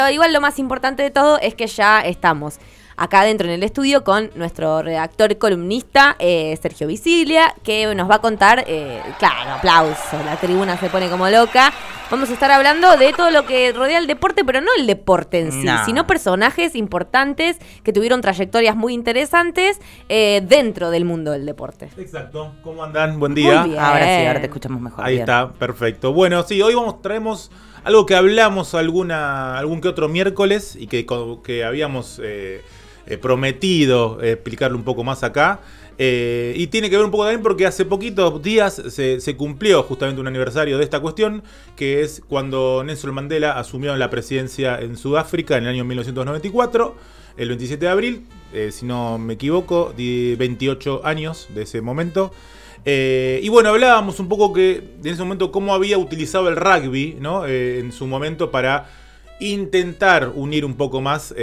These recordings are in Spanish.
Igual lo más importante de todo es que ya estamos acá adentro en el estudio con nuestro redactor columnista Sergio Visilia, que nos va a contar, claro, aplauso, la tribuna se pone como loca. Vamos a estar hablando de todo lo que rodea el deporte, pero no el deporte en sí, sino personajes importantes que tuvieron trayectorias muy interesantes dentro del mundo del deporte. Exacto. ¿Cómo andan? Buen día. Muy bien. Ahora sí, ahora te escuchamos mejor. Ahí bien. está, perfecto. Bueno, sí, hoy traemos algo que hablamos algún que otro miércoles y que habíamos prometido explicarlo un poco más acá. Y tiene que ver un poco también porque hace poquitos días se cumplió justamente un aniversario de esta cuestión, que es cuando Nelson Mandela asumió la presidencia en Sudáfrica en el año 1994, el 27 de abril, si no me equivoco, 28 años de ese momento. Y bueno, hablábamos un poco que en ese momento cómo había utilizado el rugby, ¿no? En su momento para intentar unir un poco más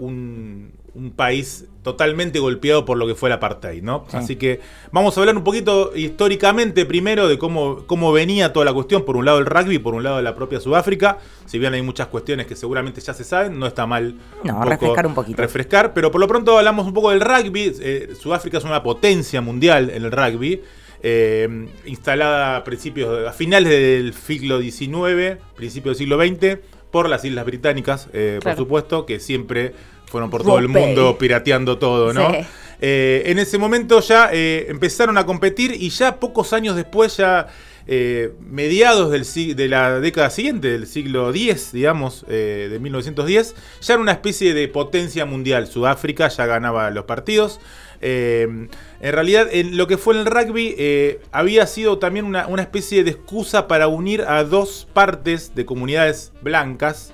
un país totalmente golpeado por lo que fue el apartheid, ¿no? Sí. Así que vamos a hablar un poquito históricamente primero de cómo venía toda la cuestión. Por un lado el rugby, por un lado la propia Sudáfrica. Si bien hay muchas cuestiones que seguramente ya se saben, no está mal refrescar un poquito. Refrescar, pero por lo pronto hablamos un poco del rugby. Sudáfrica es una potencia mundial en el rugby. Instalada a finales del siglo XIX, principios del siglo XX, por las Islas Británicas, claro, por supuesto, que siempre fueron por todo el mundo pirateando todo, ¿no? Sí. En ese momento ya empezaron a competir y ya pocos años después, ya mediados de la década siguiente, del siglo X, digamos, de 1910, ya era una especie de potencia mundial. Sudáfrica ya ganaba los partidos. En realidad, lo que fue en el rugby había sido también una especie de excusa para unir a dos partes de comunidades blancas,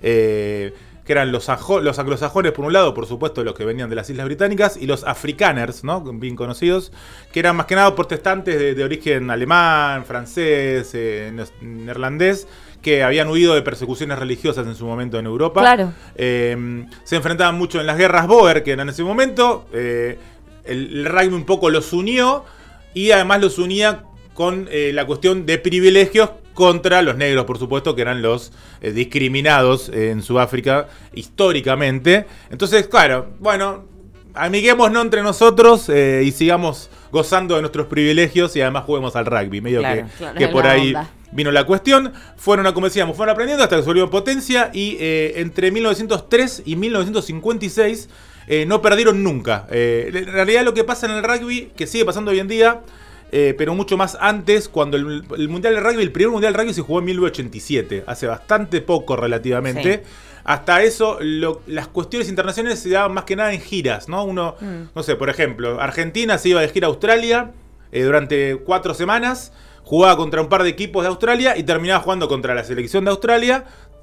que eran los anglosajones por un lado, por supuesto los que venían de las Islas Británicas, y los afrikaners, ¿no? Bien conocidos, que eran más que nada protestantes de origen alemán, francés, neerlandés, que habían huido de persecuciones religiosas en su momento en Europa. Claro. Se enfrentaban mucho en las guerras Boer, que eran en ese momento. El rugby un poco los unió y además los unía con la cuestión de privilegios contra los negros, por supuesto, que eran los discriminados en Sudáfrica históricamente. Entonces, claro, bueno, amiguémonos entre nosotros y sigamos gozando de nuestros privilegios y además juguemos al rugby. Medio que por ahí vino la cuestión. Fueron aprendiendo hasta que se volvió potencia y entre 1903 y 1956 no perdieron nunca. En realidad lo que pasa en el rugby, que sigue pasando hoy en día, pero mucho más antes, cuando el Mundial de Rugby, el primer Mundial de Rugby se jugó en 1987, hace bastante poco relativamente. Sí. Hasta eso, las cuestiones internacionales se daban más que nada en giras, ¿no? No sé, por ejemplo, Argentina se iba de gira a Australia durante 4 semanas, jugaba contra un par de equipos de Australia y terminaba jugando contra la selección de Australia,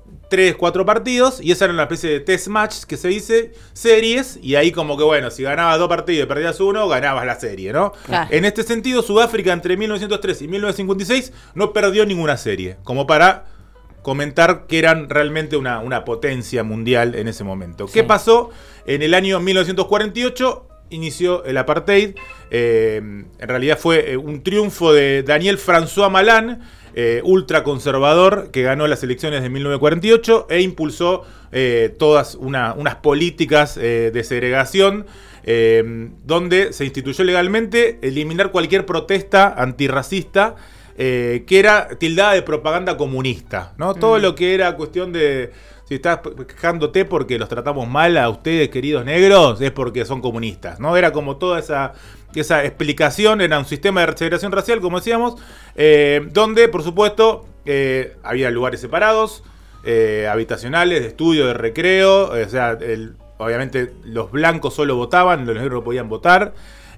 3-4 partidos, y esa era una especie de test match que se dice, series, y ahí como que bueno, si ganabas 2 partidos y perdías 1, ganabas la serie, ¿no? Claro. En este sentido, Sudáfrica entre 1903 y 1956 no perdió ninguna serie, como para comentar que eran realmente una potencia mundial en ese momento. Sí. ¿Qué pasó? En el año 1948 inició el apartheid. En realidad fue un triunfo de Daniel François Malan, ultraconservador, que ganó las elecciones de 1948 e impulsó todas unas políticas de segregación, donde se instituyó legalmente eliminar cualquier protesta antirracista que era tildada de propaganda comunista, ¿no? Todo lo que era cuestión de si estás quejándote porque los tratamos mal a ustedes, queridos negros, es porque son comunistas, ¿no? Era como toda esa explicación, era un sistema de segregación racial, como decíamos, donde, por supuesto, había lugares separados, habitacionales, de estudio, de recreo, o sea, obviamente los blancos solo votaban, los negros no podían votar.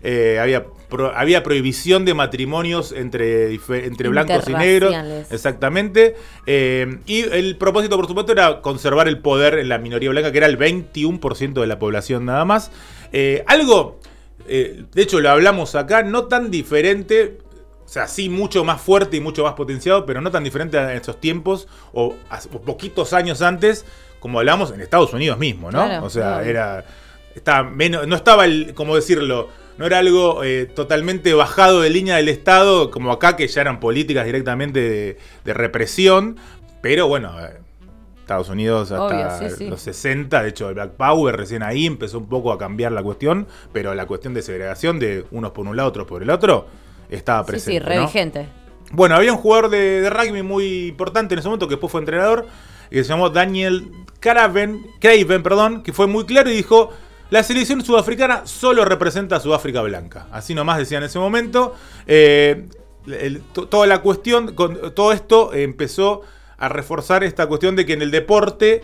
Había prohibición de matrimonios entre blancos y negros. Exactamente. Y el propósito, por supuesto, era conservar el poder en la minoría blanca, que era el 21% de la población nada más. Algo, de hecho lo hablamos acá, no tan diferente, o sea, sí mucho más fuerte y mucho más potenciado, pero no tan diferente en estos tiempos o poquitos años antes, como hablamos en Estados Unidos mismo, ¿no? Claro, o sea, claro. No estaba ¿cómo decirlo? No era algo totalmente bajado de línea del Estado, como acá, que ya eran políticas directamente de represión. Pero bueno, Estados Unidos hasta los 60, de hecho el Black Power recién ahí empezó un poco a cambiar la cuestión, pero la cuestión de segregación de unos por un lado, otros por el otro, estaba presente. Sí, re vigente. Bueno, había un jugador de rugby muy importante en ese momento que después fue entrenador, que se llamó Daniel Craven, que fue muy claro y dijo: la selección sudafricana solo representa a Sudáfrica blanca. Así nomás decía en ese momento. Toda la cuestión, todo esto empezó a reforzar esta cuestión de que en el deporte,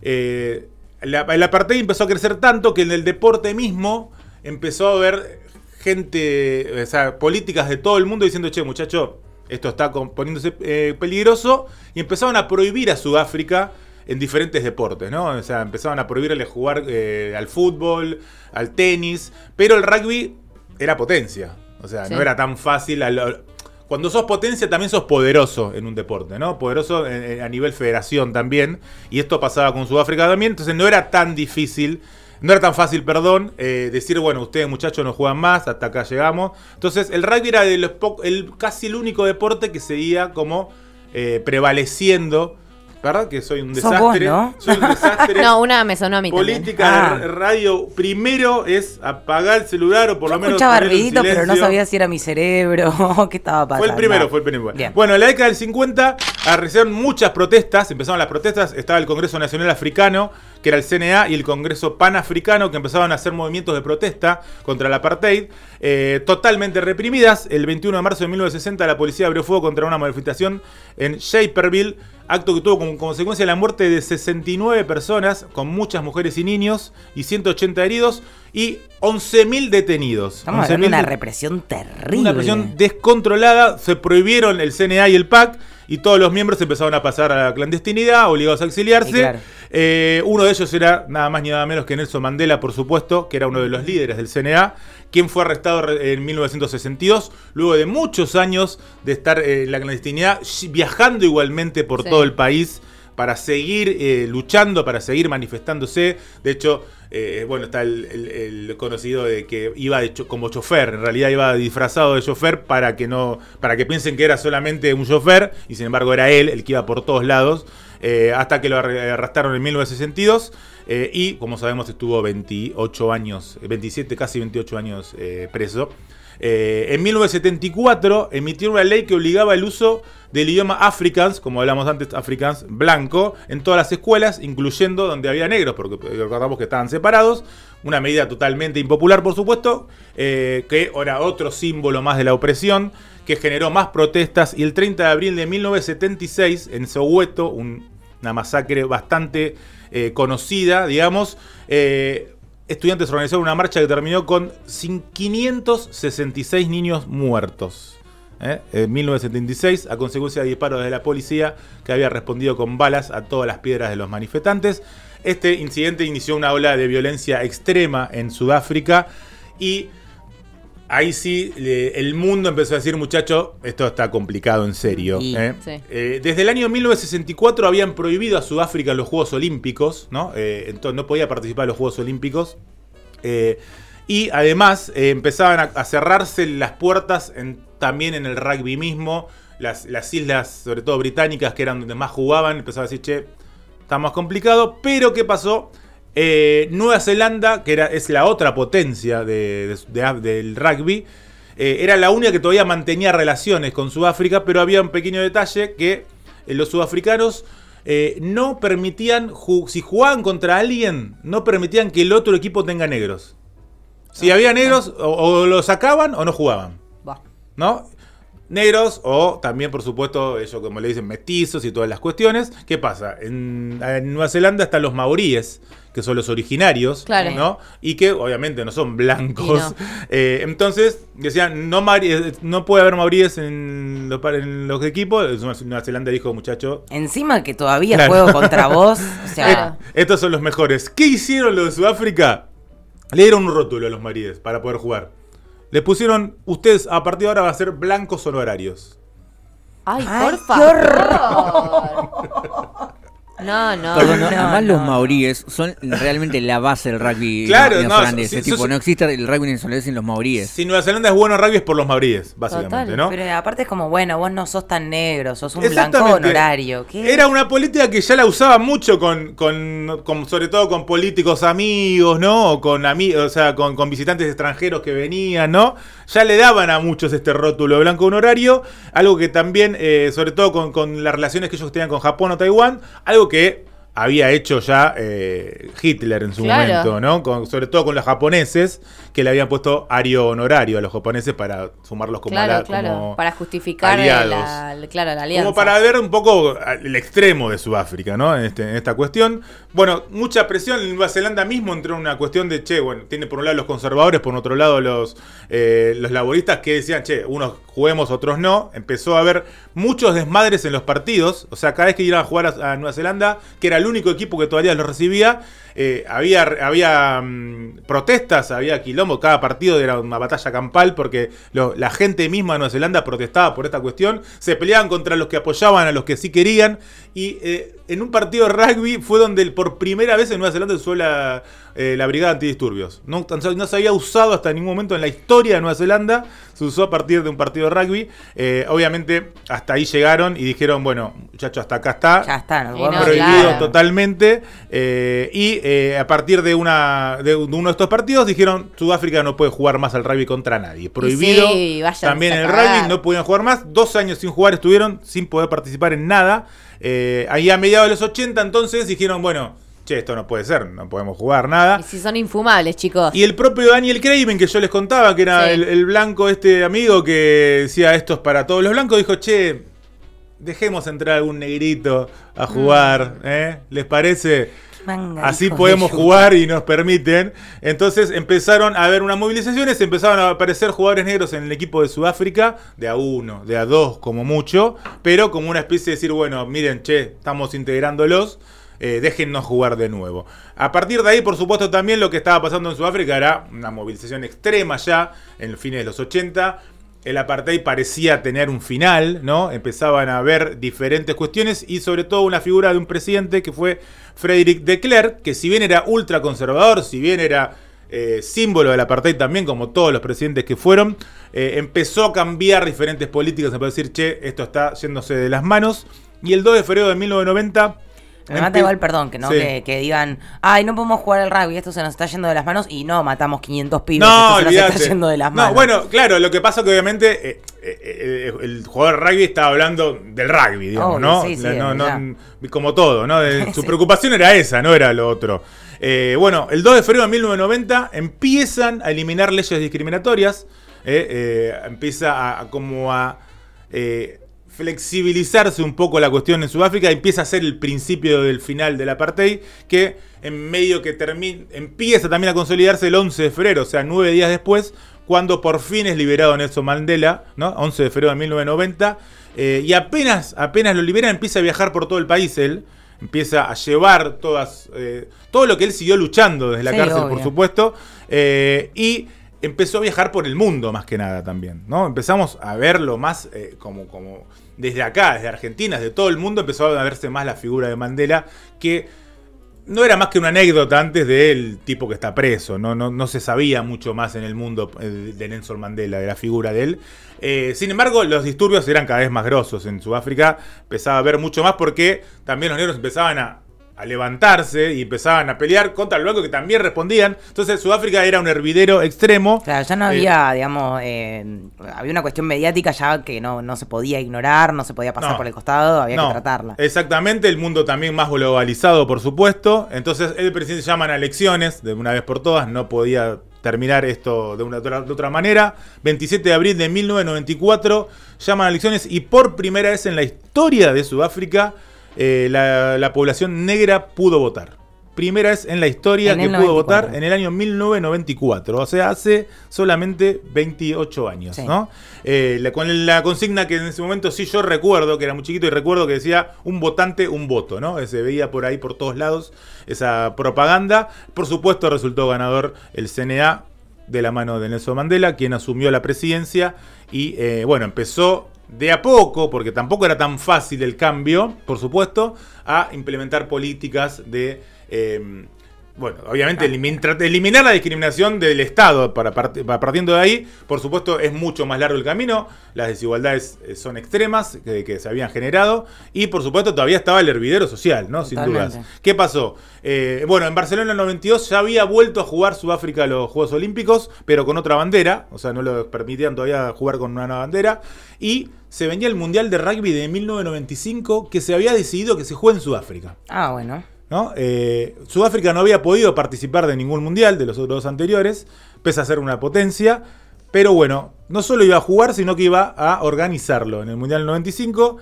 el apartheid empezó a crecer tanto que en el deporte mismo empezó a haber gente, o sea, políticas de todo el mundo diciendo: che, muchacho, esto está poniéndose peligroso, y empezaron a prohibir a Sudáfrica en diferentes deportes, ¿no? O sea, empezaban a prohibirle jugar al fútbol, al tenis, pero el rugby era potencia, o sea, no era tan fácil. Cuando sos potencia también sos poderoso en un deporte, ¿no? Poderoso a nivel federación también, y esto pasaba con Sudáfrica también, entonces no era tan fácil, decir, bueno, ustedes muchachos no juegan más, hasta acá llegamos. Entonces el rugby era casi el único deporte que seguía como prevaleciendo. ¿Verdad? Que soy un desastre. Vos, ¿no? Soy un desastre. No, una me sonó a mí política de radio. Primero es apagar el celular o por lo menos. Escuchaba ruidito, pero no sabía si era mi cerebro o qué estaba pasando. Fue el primero. Bien. Bueno, en la década del 50 arrecieron muchas protestas. Empezaron las protestas. Estaba el Congreso Nacional Africano, que era el CNA, y el Congreso Panafricano, que empezaban a hacer movimientos de protesta contra el apartheid, totalmente reprimidas. El 21 de marzo de 1960 la policía abrió fuego contra una manifestación en Shaperville, acto que tuvo como consecuencia la muerte de 69 personas, con muchas mujeres y niños, y 180 heridos, y 11.000 detenidos. Estamos hablando de una represión terrible. Una represión descontrolada. Se prohibieron el CNA y el PAC, y todos los miembros empezaron a pasar a la clandestinidad, obligados a exiliarse. Claro. Uno de ellos era nada más ni nada menos que Nelson Mandela, por supuesto, que era uno de los líderes del CNA, quien fue arrestado en 1962, luego de muchos años de estar en la clandestinidad, viajando igualmente por todo el país para seguir luchando, para seguir manifestándose. De hecho, está el conocido de que iba como chofer, en realidad iba disfrazado de chofer para que piensen que era solamente un chofer, y sin embargo era él el que iba por todos lados, hasta que lo arrestaron en 1962, y como sabemos estuvo 28 años, 27, casi 28 años preso. En 1974 emitieron una ley que obligaba el uso del idioma Afrikaans, como hablamos antes, Afrikaans blanco, en todas las escuelas, incluyendo donde había negros, porque recordamos que estaban separados. Una medida totalmente impopular, por supuesto, que era otro símbolo más de la opresión, que generó más protestas. Y el 30 de abril de 1976, en Soweto, una masacre bastante conocida, digamos, estudiantes organizaron una marcha que terminó con 566 niños muertos. En 1976, a consecuencia de disparos de la policía, que había respondido con balas a todas las piedras de los manifestantes. Este incidente inició una ola de violencia extrema en Sudáfrica, y ahí sí el mundo empezó a decir: muchacho, esto está complicado en serio. Desde el año 1964 habían prohibido a Sudáfrica los Juegos Olímpicos, ¿no? Entonces no podía participar en los Juegos Olímpicos. Y además empezaban a cerrarse las puertas también en el rugby mismo. Las islas, sobre todo británicas, que eran donde más jugaban, empezaban a decir: che, está más complicado. Pero ¿qué pasó? Nueva Zelanda, que es la otra potencia del rugby, era la única que todavía mantenía relaciones con Sudáfrica, pero había un pequeño detalle, que los sudafricanos no permitían, si jugaban contra alguien, no permitían que el otro equipo tenga negros. Si había negros, o lo sacaban o no jugaban, ¿no? Negros, o también, por supuesto, ellos, como le dicen, mestizos y todas las cuestiones. ¿Qué pasa? En Nueva Zelanda están los maoríes, que son los originarios, claro, ¿no? Y que obviamente no son blancos. No. Entonces decían: no puede haber maoríes en los equipos. Nueva Zelanda dijo: muchacho, encima que todavía juego contra vos. O sea, estos son los mejores. ¿Qué hicieron los de Sudáfrica? Le dieron un rótulo a los maoríes para poder jugar. Les pusieron: ustedes a partir de ahora van a ser blancos honorarios. ¡Ay, por favor! No. Perdón, además no. los maoríes son realmente la base del rugby Claro, neozelandés. sí, Tipo, no existe el rugby neozelandés sin los maoríes. Si Nueva Zelanda es bueno rugby es por los maoríes, básicamente, Total, ¿no? Pero aparte es como, bueno, vos no sos tan negro, sos un blanco Exactamente. honorario. ¿Qué? Era una política que ya la usaba mucho con sobre todo con políticos amigos, ¿no? O con o sea, con visitantes extranjeros que venían, ¿no? Ya le daban a muchos este rótulo blanco honorario, algo que también, sobre todo con las relaciones que ellos tenían con Japón o Taiwán, algo que había hecho ya Hitler en su momento, ¿no? Sobre todo con los japoneses, que le habían puesto ario honorario a los japoneses para sumarlos como, como para justificar la alianza. Como para ver un poco el extremo de Sudáfrica, ¿no? En esta cuestión. Bueno, mucha presión en Nueva Zelanda mismo entró en una cuestión de, bueno, tiene por un lado los conservadores, por otro lado los laboristas que decían, unos juguemos, otros no. Empezó a haber muchos desmadres en los partidos, o sea, cada vez que iban a jugar a Nueva Zelanda, que era el único equipo que todavía los recibía, había protestas, había quilombo, cada partido era una batalla campal porque la gente misma de Nueva Zelanda protestaba por esta cuestión, se peleaban contra los que apoyaban a los que sí querían, y en un partido de rugby fue donde por primera vez en Nueva Zelanda se usó la brigada antidisturbios. No se había usado hasta ningún momento en la historia de Nueva Zelanda, se usó a partir de un partido de rugby. Obviamente hasta ahí llegaron y dijeron, bueno, muchachos, hasta acá está. Ya está, nos no, prohibido totalmente. A partir de uno de estos partidos dijeron, Sudáfrica no puede jugar más al rugby contra nadie. Prohibido. Sí, también en el rugby no podían jugar más. 2 años sin jugar estuvieron, sin poder participar en nada. Ahí a mediados de los 80 entonces dijeron, bueno, esto no puede ser, no podemos jugar nada. Y si son infumables, chicos. Y el propio Daniel Craven, que yo les contaba, que era el blanco amigo que decía esto es para todos los blancos, dijo, dejemos entrar algún negrito a jugar, ¿les parece? Así podemos jugar y nos permiten. Entonces empezaron a haber unas movilizaciones, empezaron a aparecer jugadores negros en el equipo de Sudáfrica, de a 1, de a 2 como mucho, pero como una especie de decir, bueno, miren, estamos integrándolos, déjennos jugar de nuevo. A partir de ahí, por supuesto, también lo que estaba pasando en Sudáfrica era una movilización extrema ya en los fines de los 80. El apartheid parecía tener un final, ¿no? Empezaban a haber diferentes cuestiones y sobre todo una figura de un presidente que fue Frederick de Klerk, que si bien era ultraconservador, si bien era símbolo del apartheid también, como todos los presidentes que fueron, empezó a cambiar diferentes políticas, empezó a decir, esto está yéndose de las manos. Y el 2 de febrero de 1990... Me mata igual, perdón, que no que digan, ay, no podemos jugar al rugby, esto se nos está yendo de las manos, y no, matamos 500 pibes, no, esto se nos está yendo de las manos. No, bueno, claro, lo que pasa que obviamente el jugador de rugby estaba hablando del rugby, digamos, ¿no? Sí, como todo, ¿no? Su preocupación era esa, no era lo otro. Bueno, el 2 de febrero de 1990 empiezan a eliminar leyes discriminatorias, empieza a flexibilizarse un poco la cuestión en Sudáfrica, empieza a ser el principio del final del apartheid, que en medio que empieza también a consolidarse el 11 de febrero, o sea, 9 días después, cuando por fin es liberado Nelson Mandela, ¿no? 11 de febrero de 1990, y apenas lo liberan, empieza a viajar por todo el país él, empieza a llevar todo lo que él siguió luchando desde la cárcel, obvio, por supuesto, y empezó a viajar por el mundo más que nada también, ¿no? Empezamos a verlo más como desde acá, desde Argentina, desde todo el mundo empezó a verse más la figura de Mandela, que no era más que una anécdota antes del tipo que está preso, no se sabía mucho más en el mundo de Nelson Mandela, de la figura de él. Sin embargo, los disturbios eran cada vez más grosos en Sudáfrica, empezaba a haber mucho más porque también los negros empezaban a levantarse y empezaban a pelear contra los blancos que también respondían. Entonces Sudáfrica era un hervidero extremo. Claro, ya no había, digamos, había una cuestión mediática ya que no se podía ignorar, no se podía pasar por el costado, había que tratarla. Exactamente, el mundo también más globalizado, por supuesto. Entonces el presidente llaman a elecciones de una vez por todas, no podía terminar esto de otra manera. 27 de abril de 1994 llaman a elecciones y por primera vez en la historia de Sudáfrica la población negra pudo votar. Primera vez en la historia que pudo votar en el año 1994. O sea, hace solamente 28 años, sí, ¿no? Con la consigna que en ese momento sí yo recuerdo, que era muy chiquito y recuerdo que decía un votante, un voto, ¿no? Se veía por ahí por todos lados esa propaganda. Por supuesto resultó ganador el CNA de la mano de Nelson Mandela, quien asumió la presidencia y bueno, empezó de a poco, porque tampoco era tan fácil el cambio, por supuesto, a implementar políticas de... bueno, obviamente eliminar la discriminación del Estado partiendo de ahí. Por supuesto, es mucho más largo el camino. Las desigualdades son extremas que se habían generado. Y por supuesto, todavía estaba el hervidero social, ¿no? Totalmente. Sin dudas. ¿Qué pasó? Bueno, en Barcelona en el 92 ya había vuelto a jugar Sudáfrica a los Juegos Olímpicos, pero con otra bandera. O sea, no lo permitían todavía jugar con una nueva bandera. Y se venía el Mundial de Rugby de 1995, que se había decidido que se juegue en Sudáfrica. Ah, bueno. ¿No? Sudáfrica no había podido participar de ningún mundial de los otros dos anteriores, pese a ser una potencia, pero bueno, no solo iba a jugar, sino que iba a organizarlo en el Mundial 95,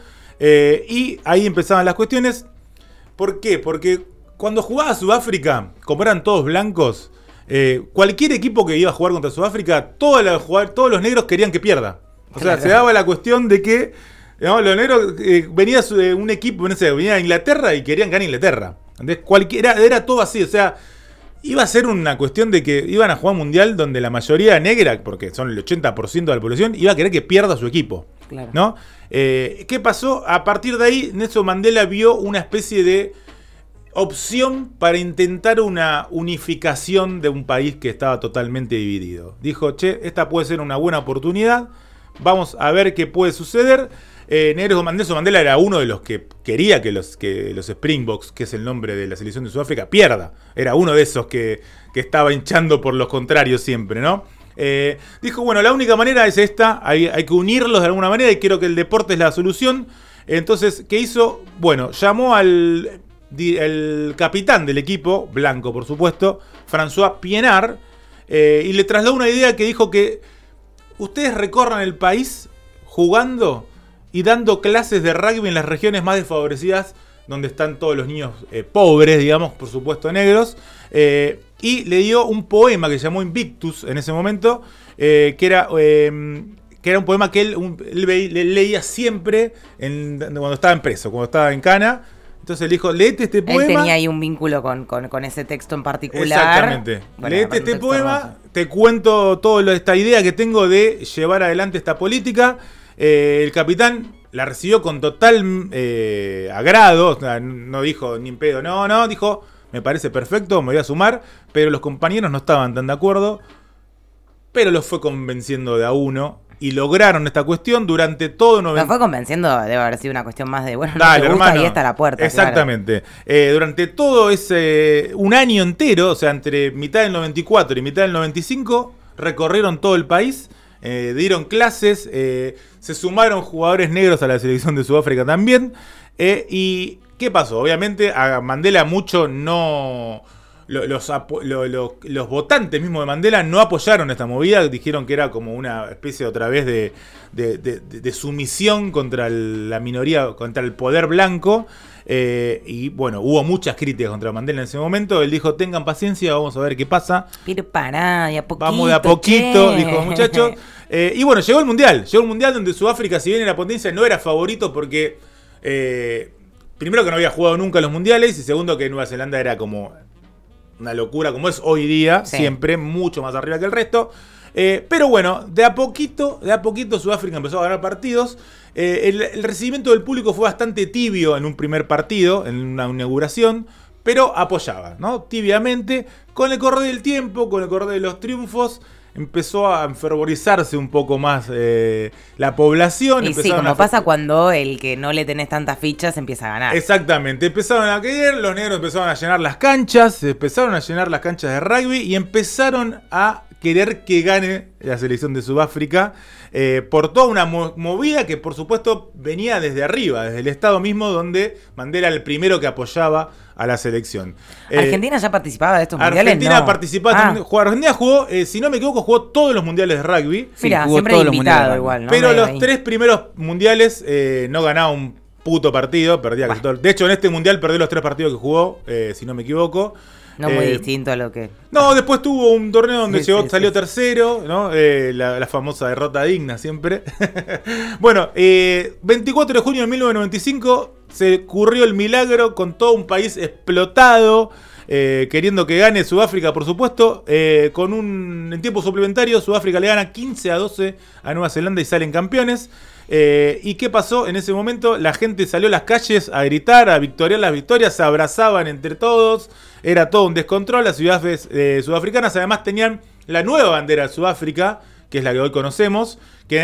y ahí empezaban las cuestiones. ¿Por qué? Porque cuando jugaba Sudáfrica, como eran todos blancos, cualquier equipo que iba a jugar contra Sudáfrica, todos los negros querían que pierda. O sea, se daba la cuestión de que, ¿no?, los negros, venía un equipo, no sé, venía a Inglaterra y querían ganar Inglaterra. Entonces, era todo así, o sea, iba a ser una cuestión de que iban a jugar un mundial donde la mayoría negra, porque son el 80% de la población, iba a querer que pierda su equipo. Claro. ¿No? ¿Qué pasó? A partir de ahí, Nelson Mandela vio una especie de opción para intentar una unificación de un país que estaba totalmente dividido. Dijo, che, esta puede ser una buena oportunidad, vamos a ver qué puede suceder. Nelson Mandela era uno de los que quería que los Springboks, que es el nombre de la selección de Sudáfrica, pierda. Era uno de esos que estaba hinchando por los contrarios siempre, ¿no? Dijo, bueno, la única manera es esta, hay que unirlos de alguna manera y creo que el deporte es la solución. Entonces, ¿qué hizo? Bueno, llamó al capitán del equipo, blanco por supuesto, François Pienaar, y le trasladó una idea que dijo que ustedes recorran el país jugando y dando clases de rugby en las regiones más desfavorecidas, donde están todos los niños pobres, digamos, por supuesto negros, y le dio un poema que se llamó Invictus en ese momento, que era un poema que él leía siempre cuando estaba en preso, cuando estaba en cana. Entonces le dijo, léete este poema. Él tenía ahí un vínculo con ese texto en particular. Exactamente. Bueno, léete este poema, hermoso. te cuento toda esta idea que tengo de llevar adelante esta política. El capitán la recibió con total agrado, o sea, no dijo ni en pedo, no, dijo, me parece perfecto, me voy a sumar, pero los compañeros no estaban tan de acuerdo, pero los fue convenciendo de a uno y lograron esta cuestión durante todo... Lo fue convenciendo, debe haber sido una cuestión más de, bueno, dale, no te gusta, hermano, ahí está la puerta. Exactamente. Claro. Durante todo un año entero, o sea, entre mitad del 94 y mitad del 95, recorrieron todo el país, dieron clases, se sumaron jugadores negros a la selección de Sudáfrica también. ¿Y qué pasó? Obviamente a Mandela mucho no... Los votantes mismos de Mandela no apoyaron esta movida, dijeron que era como una especie otra vez de sumisión contra la minoría, contra el poder blanco. Y bueno, hubo muchas críticas contra Mandela en ese momento. Él dijo, tengan paciencia, vamos a ver qué pasa. Pero pará, de a poquito. Vamos de a poquito, dijo muchachos. Y bueno, llegó el Mundial donde Sudáfrica, si bien era potencia, no era favorito porque primero que no había jugado nunca los mundiales y segundo que Nueva Zelanda era como una locura, como es hoy día, sí, siempre mucho más arriba que el resto. Pero bueno, de a poquito Sudáfrica empezó a ganar partidos. El recibimiento del público fue bastante tibio en un primer partido, en una inauguración, pero apoyaba, ¿no? Tibiamente. Con el correr del tiempo, con el correr de los triunfos, empezó a enfervorizarse un poco más la población. Y sí, como pasa cuando el que no le tenés tantas fichas empieza a ganar. Exactamente, empezaron a querer, los negros empezaron a llenar las canchas, de rugby y empezaron a querer que gane la selección de Sudáfrica por toda una movida que por supuesto venía desde arriba, desde el estado mismo donde Mandela era el primero que apoyaba a la selección. ¿Argentina ya participaba de estos mundiales? Argentina participaba. Argentina jugó, si no me equivoco, jugó todos los mundiales de rugby. Mira, jugó siempre todos los invitado mundiales igual, ¿no? Pero los tres primeros mundiales no ganaba un puto partido. Perdía casi todo. De hecho, en este mundial perdió los 3 partidos que jugó, si no me equivoco. No muy distinto a lo que... No, después tuvo un torneo donde salió tercero, ¿no? La famosa derrota digna siempre. Bueno, 24 de junio de 1995 se ocurrió el milagro con todo un país explotado, queriendo que gane Sudáfrica, por supuesto. En tiempo suplementario, Sudáfrica le gana 15-12 a Nueva Zelanda y salen campeones. ¿Y qué pasó? En ese momento la gente salió a las calles a gritar, a victoriar las victorias, se abrazaban entre todos, era todo un descontrol. Las ciudades sudafricanas además tenían la nueva bandera de Sudáfrica, que es la que hoy conocemos,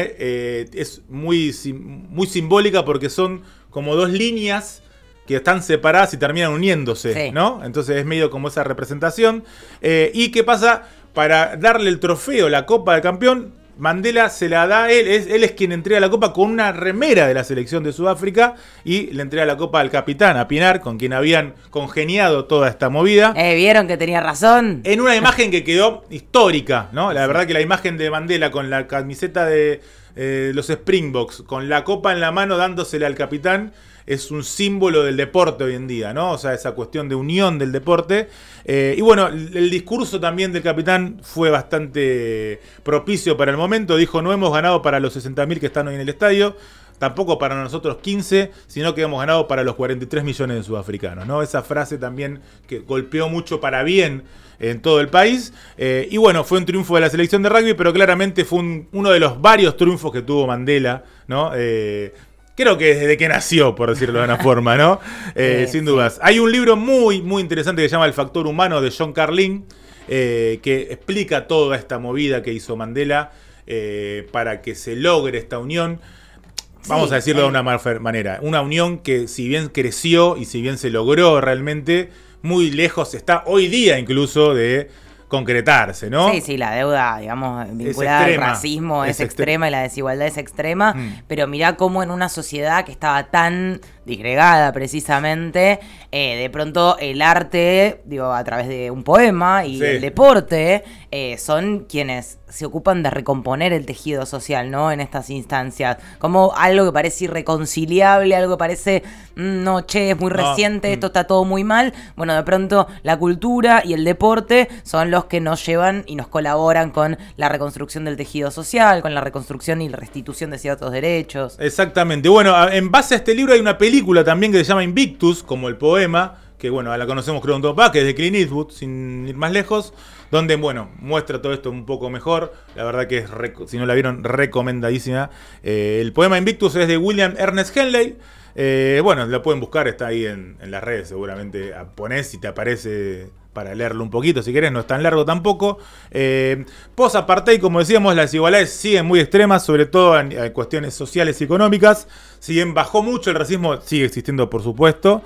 que es muy simbólica porque son como dos líneas que están separadas y terminan uniéndose, sí, ¿no? Entonces es medio como esa representación. ¿Y qué pasa? Para darle el trofeo, la Copa del Campeón, Mandela se la da a él. Él es quien entrega la copa con una remera de la selección de Sudáfrica y le entrega la copa al capitán, a Pienaar, con quien habían congeniado toda esta movida. ¿Vieron que tenía razón? En una imagen que quedó histórica, ¿no? La verdad que la imagen de Mandela con la camiseta de los Springboks, con la copa en la mano dándosela al capitán, es un símbolo del deporte hoy en día, ¿no? O sea, esa cuestión de unión del deporte. Y bueno, el discurso también del capitán fue bastante propicio para el momento. Dijo, no hemos ganado para los 60.000 que están hoy en el estadio, tampoco para nosotros 15, sino que hemos ganado para los 43 millones de sudafricanos, ¿no? Esa frase también que golpeó mucho para bien en todo el país. Y bueno, fue un triunfo de la selección de rugby, pero claramente fue uno de los varios triunfos que tuvo Mandela, ¿no? Creo que desde que nació, por decirlo de una forma, ¿no? Sin dudas. Hay un libro muy, muy interesante que se llama El Factor Humano, de John Carlin, que explica toda esta movida que hizo Mandela para que se logre esta unión. Vamos a decirlo de una manera. Una unión que, si bien creció y si bien se logró realmente, muy lejos está hoy día incluso de concretarse, ¿no? Sí, la deuda, digamos, vinculada al racismo es extrema y la desigualdad es extrema, pero mirá cómo en una sociedad que estaba tan disgregada precisamente, de pronto el arte, digo, a través de un poema y el deporte, son quienes se ocupan de recomponer el tejido social, ¿no? En estas instancias, como algo que parece irreconciliable, algo que parece, no, che, es muy reciente, esto está todo muy mal. Bueno, de pronto la cultura y el deporte son los que nos llevan y nos colaboran con la reconstrucción del tejido social, con la reconstrucción y la restitución de ciertos derechos. Exactamente. Bueno, en base a este libro hay una película también que se llama Invictus, como el poema, que bueno, la conocemos creo un poco, que es de Clint Eastwood, sin ir más lejos, donde bueno, muestra todo esto un poco mejor. La verdad que es, si no la vieron, recomendadísima. El poema Invictus es de William Ernest Henley. Bueno, lo pueden buscar, está ahí en las redes, seguramente ponés y te aparece para leerlo un poquito, si querés, no es tan largo tampoco. Post-apartheid, como decíamos, las desigualdades siguen muy extremas, sobre todo en cuestiones sociales y económicas. Si bien bajó mucho, el racismo sigue existiendo, por supuesto.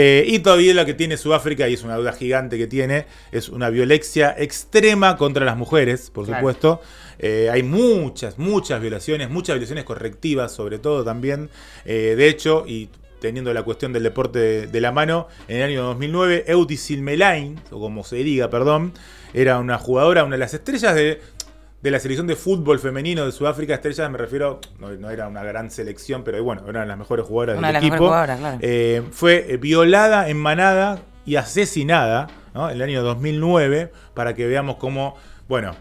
Y todavía lo que tiene Sudáfrica, y es una duda gigante que tiene, es una violencia extrema contra las mujeres, por supuesto. Hay muchas violaciones correctivas, sobre todo también. De hecho, y teniendo la cuestión del deporte de la mano, en el año 2009, Eudy Silmelaine, o como se diga, perdón, era una jugadora, una de las estrellas de la selección de fútbol femenino de Sudáfrica. Estrellas me refiero, no era una gran selección, pero bueno, eran las mejores jugadoras del equipo. Claro. Fue violada en manada y asesinada, ¿no? En el año 2009, para que veamos cómo, bueno,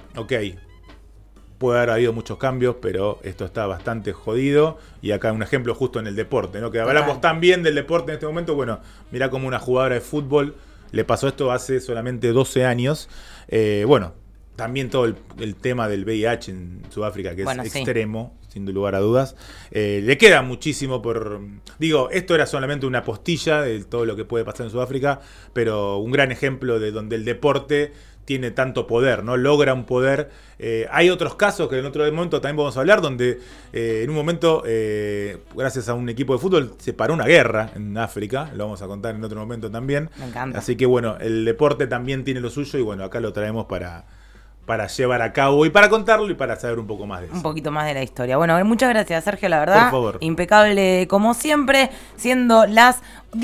puede haber habido muchos cambios, pero esto está bastante jodido. Y acá un ejemplo justo en el deporte, ¿no? Que hablamos tan bien del deporte en este momento. Bueno, mirá como una jugadora de fútbol le pasó esto hace solamente 12 años. Bueno, también todo el tema del VIH en Sudáfrica, que es extremo, sin lugar a dudas. Le queda muchísimo por... Digo, esto era solamente una postilla de todo lo que puede pasar en Sudáfrica, pero un gran ejemplo de donde el deporte tiene tanto poder, ¿no? Logra un poder. Hay otros casos que en otro momento también vamos a hablar, donde en un momento, gracias a un equipo de fútbol, se paró una guerra en África. Lo vamos a contar en otro momento también. Me encanta. Así que bueno, el deporte también tiene lo suyo y bueno, acá lo traemos para llevar a cabo y para contarlo y para saber un poco más de eso. Un poquito más de la historia. Bueno, muchas gracias, Sergio, la verdad. Por favor. Impecable como siempre, siendo las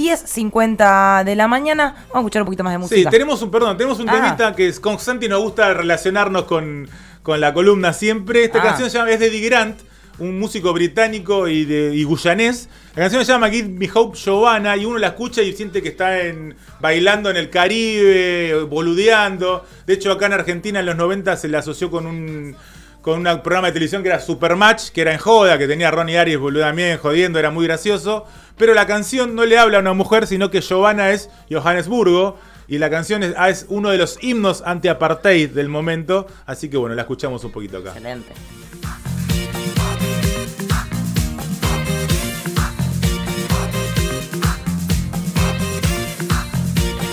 10:50 de la mañana. Vamos a escuchar un poquito más de música. Sí, tenemos un temita que con Santi nos gusta relacionarnos con la columna siempre. Esta canción es de Eddie Grant, un músico británico y guyanés. La canción se llama Give Me Hope, Giovanna, y uno la escucha y siente que está bailando en el Caribe, boludeando. De hecho, acá en Argentina en los 90 se la asoció con un programa de televisión que era Supermatch, que era en joda, que tenía a Ronnie Arias también jodiendo, era muy gracioso. Pero la canción no le habla a una mujer, sino que Giovanna es Johannesburgo. Y la canción es uno de los himnos anti-apartheid del momento. Así que bueno, la escuchamos un poquito acá. Excelente.